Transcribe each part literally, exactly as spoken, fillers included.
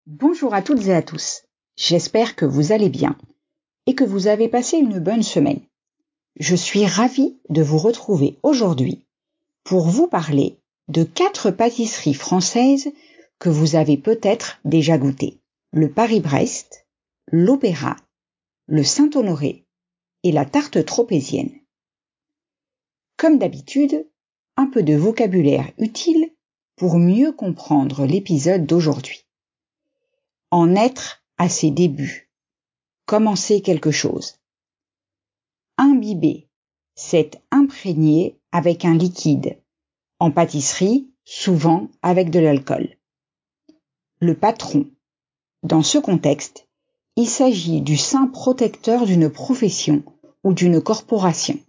Bonjour à toutes et à tous, j'espère que vous allez bien et que vous avez passé une bonne semaine. Je suis ravie de vous retrouver aujourd'hui pour vous parler de quatre pâtisseries françaises que vous avez peut-être déjà goûtées. Le Paris-Brest, l'Opéra, le Saint-Honoré et la tarte tropézienne. Comme d'habitude, un peu de vocabulaire utile pour mieux comprendre l'épisode d'aujourd'hui. En être à ses débuts. Commencer quelque chose. Imbiber, c'est imprégner avec un liquide. En pâtisserie, souvent avec de l'alcool. Le patron. Dans ce contexte, il s'agit du saint protecteur d'une profession ou d'une corporation.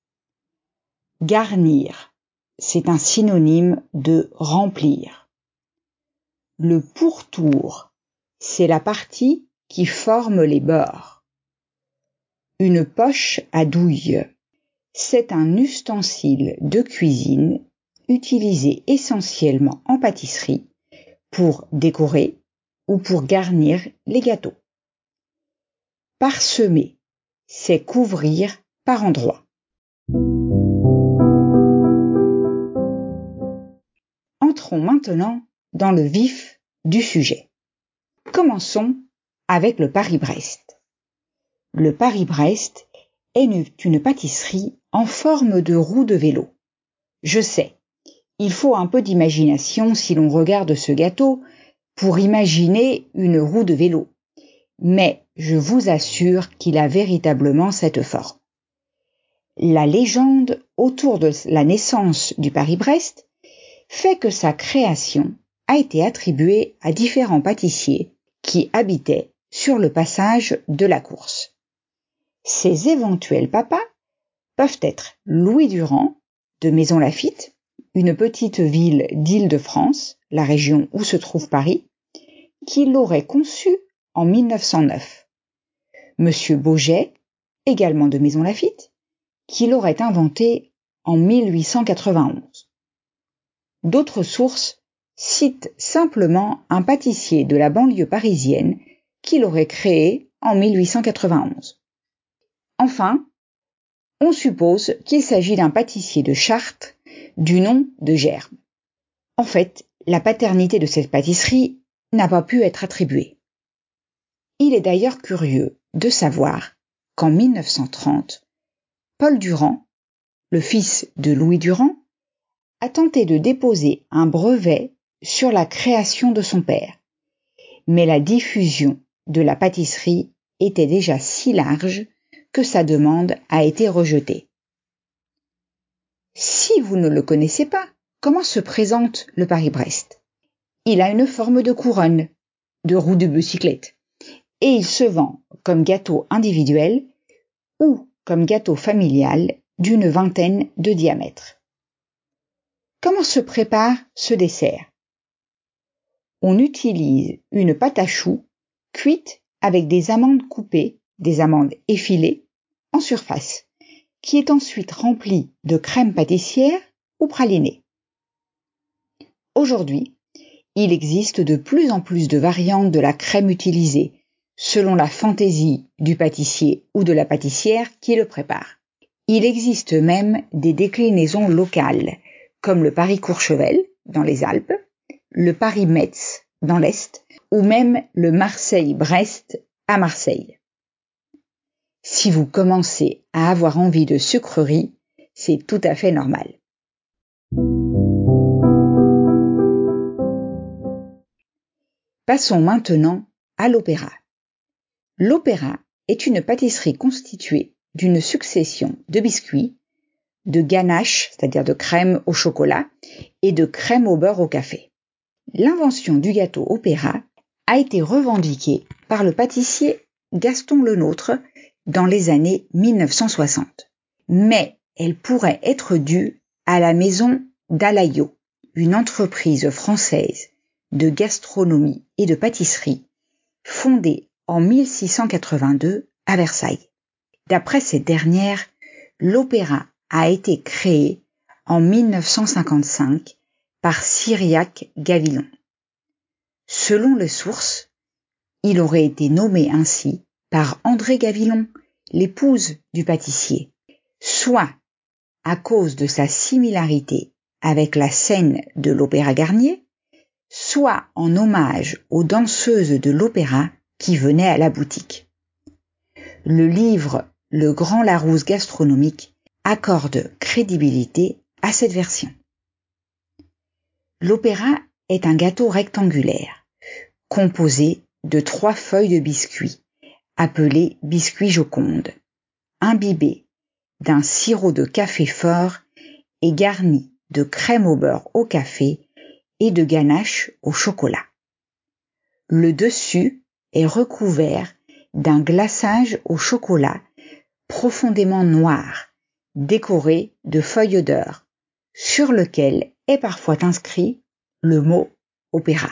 Garnir, c'est un synonyme de remplir. Le pourtour, c'est la partie qui forme les bords. Une poche à douille, c'est un ustensile de cuisine utilisé essentiellement en pâtisserie pour décorer ou pour garnir les gâteaux. Parsemer, c'est couvrir par endroits. Entrons maintenant dans le vif du sujet. Commençons avec le Paris-Brest. Le Paris-Brest est une pâtisserie en forme de roue de vélo. Je sais, il faut un peu d'imagination si l'on regarde ce gâteau pour imaginer une roue de vélo. Mais je vous assure qu'il a véritablement cette forme. La légende autour de la naissance du Paris-Brest fait que sa création a été attribuée à différents pâtissiers qui habitaient sur le passage de la course. Ces éventuels papas peuvent être Louis Durand, de Maisons Laffitte, une petite ville d'Île-de-France, la région où se trouve Paris, qui l'aurait conçu en mille neuf cent neuf. Monsieur Boget, également de Maisons Laffitte, qui l'aurait inventé en mille huit cent quatre-vingt-onze. D'autres sources citent simplement un pâtissier de la banlieue parisienne qui l'aurait créé en mille huit cent quatre-vingt-onze. Enfin, on suppose qu'il s'agit d'un pâtissier de Chartres du nom de Germe. En fait, la paternité de cette pâtisserie n'a pas pu être attribuée. Il est d'ailleurs curieux de savoir qu'en mille neuf cent trente, Paul Durand, le fils de Louis Durand, a tenté de déposer un brevet sur la création de son père. Mais la diffusion de la pâtisserie était déjà si large que sa demande a été rejetée. Si vous ne le connaissez pas, comment se présente le Paris-Brest ? Il a une forme de couronne, de roue de bicyclette, et il se vend comme gâteau individuel ou comme gâteau familial d'une vingtaine de diamètres. Comment se prépare ce dessert ? On utilise une pâte à choux cuite avec des amandes coupées, des amandes effilées, en surface, qui est ensuite remplie de crème pâtissière ou pralinée. Aujourd'hui, il existe de plus en plus de variantes de la crème utilisée, selon la fantaisie du pâtissier ou de la pâtissière qui le prépare. Il existe même des déclinaisons locales, comme le Paris-Courchevel, dans les Alpes, le Paris-Metz, dans l'Est, ou même le Marseille-Brest, à Marseille. Si vous commencez à avoir envie de sucreries, c'est tout à fait normal. Passons maintenant à l'Opéra. L'Opéra est une pâtisserie constituée d'une succession de biscuits, de ganache, c'est-à-dire de crème au chocolat, et de crème au beurre au café. L'invention du gâteau Opéra a été revendiquée par le pâtissier Gaston Lenôtre dans les années mille neuf cent soixante. Mais elle pourrait être due à la maison d'Alaïo, une entreprise française de gastronomie et de pâtisserie fondée en mille six cent quatre-vingt-deux à Versailles. D'après cette dernière, l'Opéra a été créé en mille neuf cent cinquante-cinq par Cyriaque Gavillon. Selon les sources, il aurait été nommé ainsi par André Gavillon, l'épouse du pâtissier, soit à cause de sa similarité avec la scène de l'Opéra Garnier, soit en hommage aux danseuses de l'opéra qui venaient à la boutique. Le livre Le Grand Larousse gastronomique accorde crédibilité à cette version. L'opéra est un gâteau rectangulaire, composé de trois feuilles de biscuit, appelées biscuits Joconde, imbibé d'un sirop de café fort et garni de crème au beurre au café et de ganache au chocolat. Le dessus est recouvert d'un glaçage au chocolat profondément noir, décoré de feuilles d'or, sur lequel est parfois inscrit le mot opéra.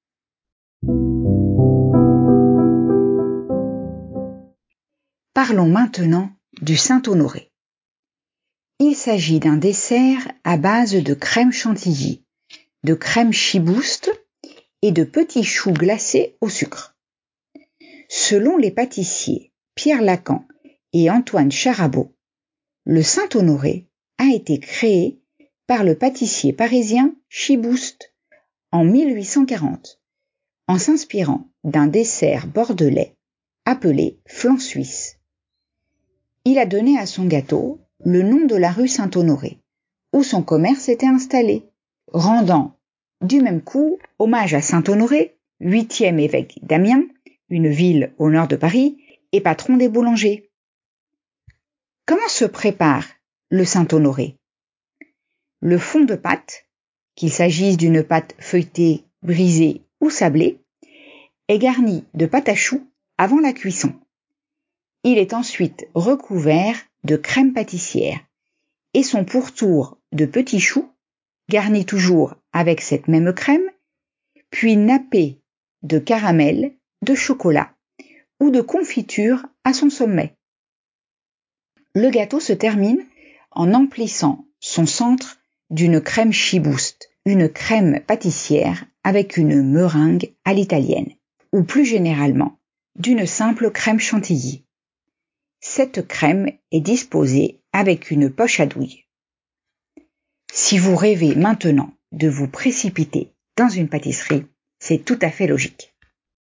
Parlons maintenant du Saint-Honoré. Il s'agit d'un dessert à base de crème chantilly, de crème chibouste et de petits choux glacés au sucre. Selon les pâtissiers Pierre Lacan et Antoine Charabot, le Saint-Honoré a été créé par le pâtissier parisien Chibouste en mille huit cent quarante, en s'inspirant d'un dessert bordelais appelé flan suisse. Il a donné à son gâteau le nom de la rue Saint-Honoré, où son commerce était installé, rendant du même coup hommage à Saint-Honoré, huitième évêque d'Amiens, une ville au nord de Paris, et patron des boulangers. Comment se prépare le Saint-Honoré? Le fond de pâte, qu'il s'agisse d'une pâte feuilletée, brisée ou sablée, est garni de pâte à choux avant la cuisson. Il est ensuite recouvert de crème pâtissière et son pourtour de petits choux, garni toujours avec cette même crème, puis nappé de caramel, de chocolat ou de confiture à son sommet. Le gâteau se termine en emplissant son centre d'une crème chibouste, une crème pâtissière avec une meringue à l'italienne, ou plus généralement d'une simple crème chantilly. Cette crème est disposée avec une poche à douille. Si vous rêvez maintenant de vous précipiter dans une pâtisserie, c'est tout à fait logique.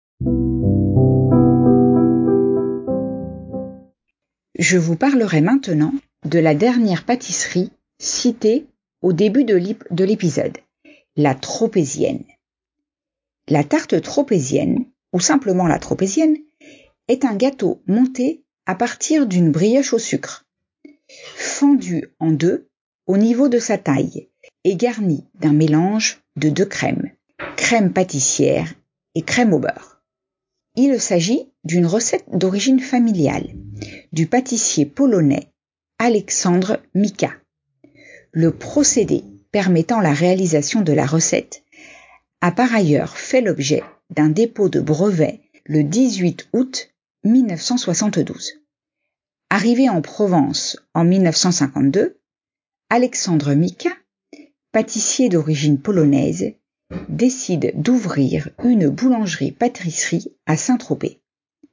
Je vous parlerai maintenant de la dernière pâtisserie citée au début de l'épisode, la tropézienne. La tarte tropézienne, ou simplement la tropézienne, est un gâteau monté à partir d'une brioche au sucre, fendue en deux au niveau de sa taille et garni d'un mélange de deux crèmes, crème pâtissière et crème au beurre. Il s'agit d'une recette d'origine familiale du pâtissier polonais Alexandre Mika. Le procédé permettant la réalisation de la recette a par ailleurs fait l'objet d'un dépôt de brevet le dix-huit août mille neuf cent soixante-douze. Arrivé en Provence en mille neuf cent cinquante-deux, Alexandre Mika, pâtissier d'origine polonaise, décide d'ouvrir une boulangerie-pâtisserie à Saint-Tropez.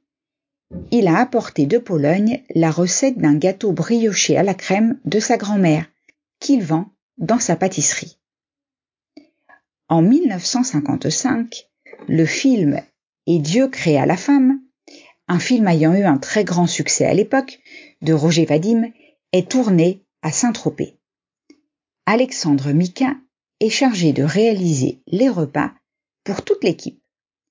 Il a apporté de Pologne la recette d'un gâteau brioché à la crème de sa grand-mère, qu'il vend dans sa pâtisserie. En mille neuf cent cinquante-cinq, le film « Et Dieu créa la femme », un film ayant eu un très grand succès à l'époque, de Roger Vadim, est tourné à Saint-Tropez. Alexandre Mika est chargé de réaliser les repas pour toute l'équipe.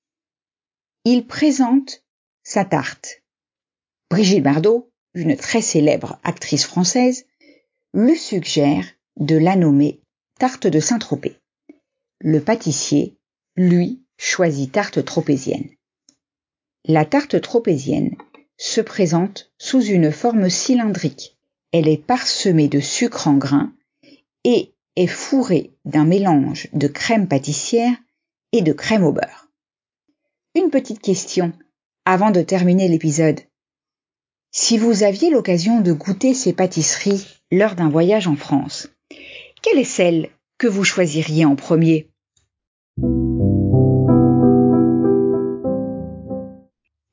Il présente sa tarte. Brigitte Bardot, une très célèbre actrice française, lui suggère de la nommer tarte de Saint-Tropez. Le pâtissier, lui, choisit tarte tropézienne. La tarte tropézienne se présente sous une forme cylindrique. Elle est parsemée de sucre en grains et est fourrée d'un mélange de crème pâtissière et de crème au beurre. Une petite question avant de terminer l'épisode. Si vous aviez l'occasion de goûter ces pâtisseries lors d'un voyage en France, quelle est celle que vous choisiriez en premier ?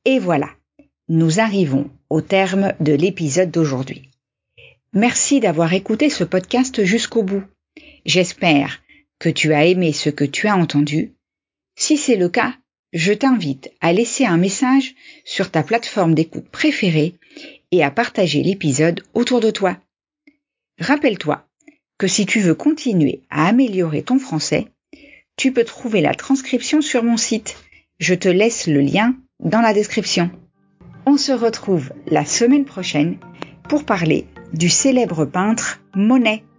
Et voilà, nous arrivons au terme de l'épisode d'aujourd'hui. Merci d'avoir écouté ce podcast jusqu'au bout. J'espère que tu as aimé ce que tu as entendu. Si c'est le cas, je t'invite à laisser un message sur ta plateforme d'écoute préférée et à partager l'épisode autour de toi. Rappelle-toi que si tu veux continuer à améliorer ton français, tu peux trouver la transcription sur mon site. Je te laisse le lien dans la description. On se retrouve la semaine prochaine pour parler du célèbre peintre Monet.